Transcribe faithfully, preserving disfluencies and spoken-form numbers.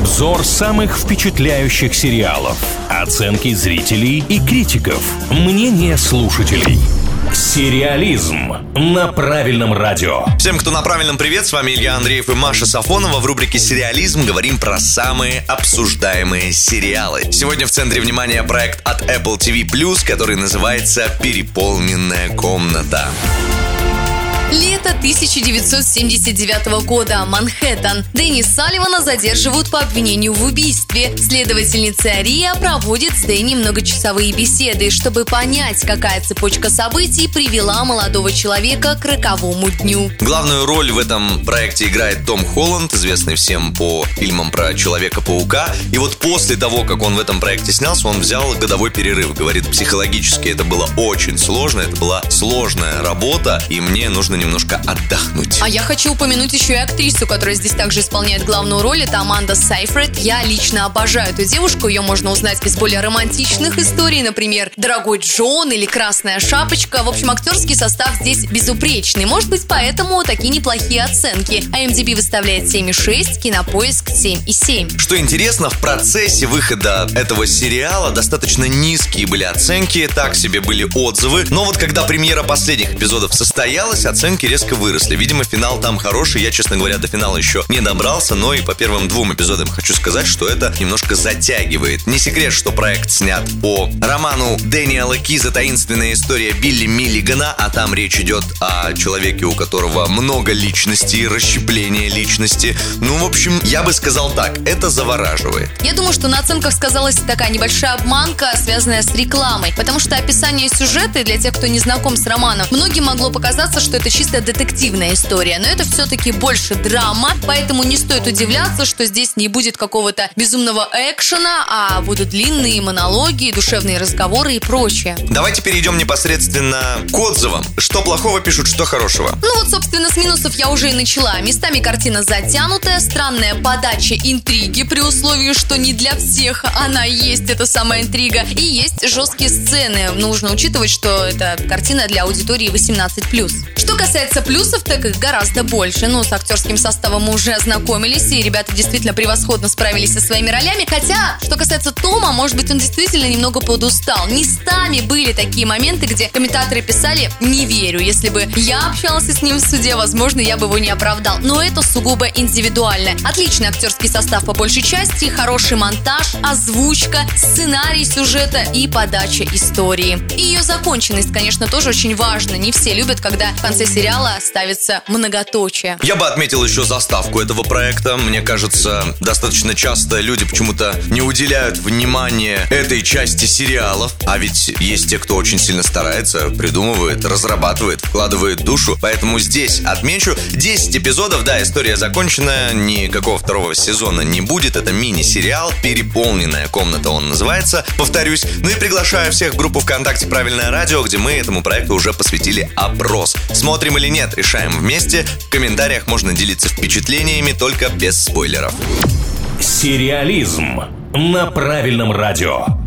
Обзор самых впечатляющих сериалов. Оценки зрителей и критиков. Мнение слушателей. Сериализм на правильном радио. Всем, кто на правильном, привет, с вами Илья Андреев и Маша Сафонова. В рубрике «Сериализм» говорим про самые обсуждаемые сериалы. Сегодня в центре внимания проект от Apple ти ви плюс, который называется «Переполненная комната». Лето тысяча девятьсот семьдесят девятого года. Манхэттен. Дэнни Салливана задерживают по обвинению в убийстве. Следовательница Рия проводит с Дэнни многочасовые беседы, чтобы понять, какая цепочка событий привела молодого человека к роковому дню. Главную роль в этом проекте играет Том Холланд, известный всем по фильмам про Человека-паука. И вот после того, как он в этом проекте снялся, он взял годовой перерыв. Говорит, психологически это было очень сложно, это была сложная работа, и мне нужно немножко отдохнуть. А я хочу упомянуть еще и актрису, которая здесь также исполняет главную роль. Это Аманда Сайфред. Я лично обожаю эту девушку. Ее можно узнать из более романтичных историй, например, «Дорогой Джон» или «Красная шапочка». В общем, актерский состав здесь безупречный. Может быть, поэтому такие неплохие оценки. ай эм ди би выставляет семь и шесть, Кинопоиск семь и семь. Что интересно, в процессе выхода этого сериала достаточно низкие были оценки, так себе были отзывы. Но вот когда премьера последних эпизодов состоялась, оценки резко выросли. Видимо, финал там хороший. Я, честно говоря, до финала еще не добрался, но и по первым двум эпизодам хочу сказать, что это немножко затягивает. Не секрет, что проект снят по роману Дэниела Киза «Таинственная история Билли Миллигана», а там речь идет о человеке, у которого много личностей, расщепление личности. Ну, в общем, я бы сказал так, это завораживает. Я думаю, что на оценках сказалась такая небольшая обманка, связанная с рекламой, потому что описание сюжета, для тех, кто не знаком с романом, многим могло показаться, что это чисто детективная история, но это все-таки больше драма, поэтому не стоит удивляться, что здесь не будет какого-то безумного экшена, а будут длинные монологи, душевные разговоры и прочее. Давайте перейдем непосредственно к отзывам. Что плохого пишут, что хорошего? Ну вот, собственно, с минусов я уже и начала. Местами картина затянутая, странная подача интриги, при условии, что не для всех она есть, эта самая интрига, и есть жесткие сцены. Нужно учитывать, что это картина для аудитории восемнадцать плюс. Что касается плюсов, так их гораздо больше. Ну, с актерским составом мы уже ознакомились, и ребята действительно превосходно справились со своими ролями. Хотя, что касается Тома, может быть, он действительно немного подустал. Местами были такие моменты, где комментаторы писали: «Не верю, если бы я общался с ним в суде, возможно, я бы его не оправдал». Но это сугубо индивидуально. Отличный актерский состав по большей части, хороший монтаж, озвучка, сценарий сюжета и подача истории. И ее законченность, конечно, тоже очень важна. Не все любят, когда в конце сериала ставится многоточие. Я бы отметил еще заставку этого проекта. Мне кажется, достаточно часто люди почему-то не уделяют внимания этой части сериалов. А ведь есть те, кто очень сильно старается, придумывает, разрабатывает, вкладывает душу. Поэтому здесь отмечу десять эпизодов. Да, история закончена, никакого второго сезона не будет. Это мини-сериал, «Переполненная комната» он называется. Повторюсь. Ну и приглашаю всех в группу ВКонтакте «Правильное радио», где мы этому проекту уже посвятили опрос. Смотрим или нет, решаем вместе. В комментариях можно делиться впечатлениями, только без спойлеров. Сериализм на правильном радио.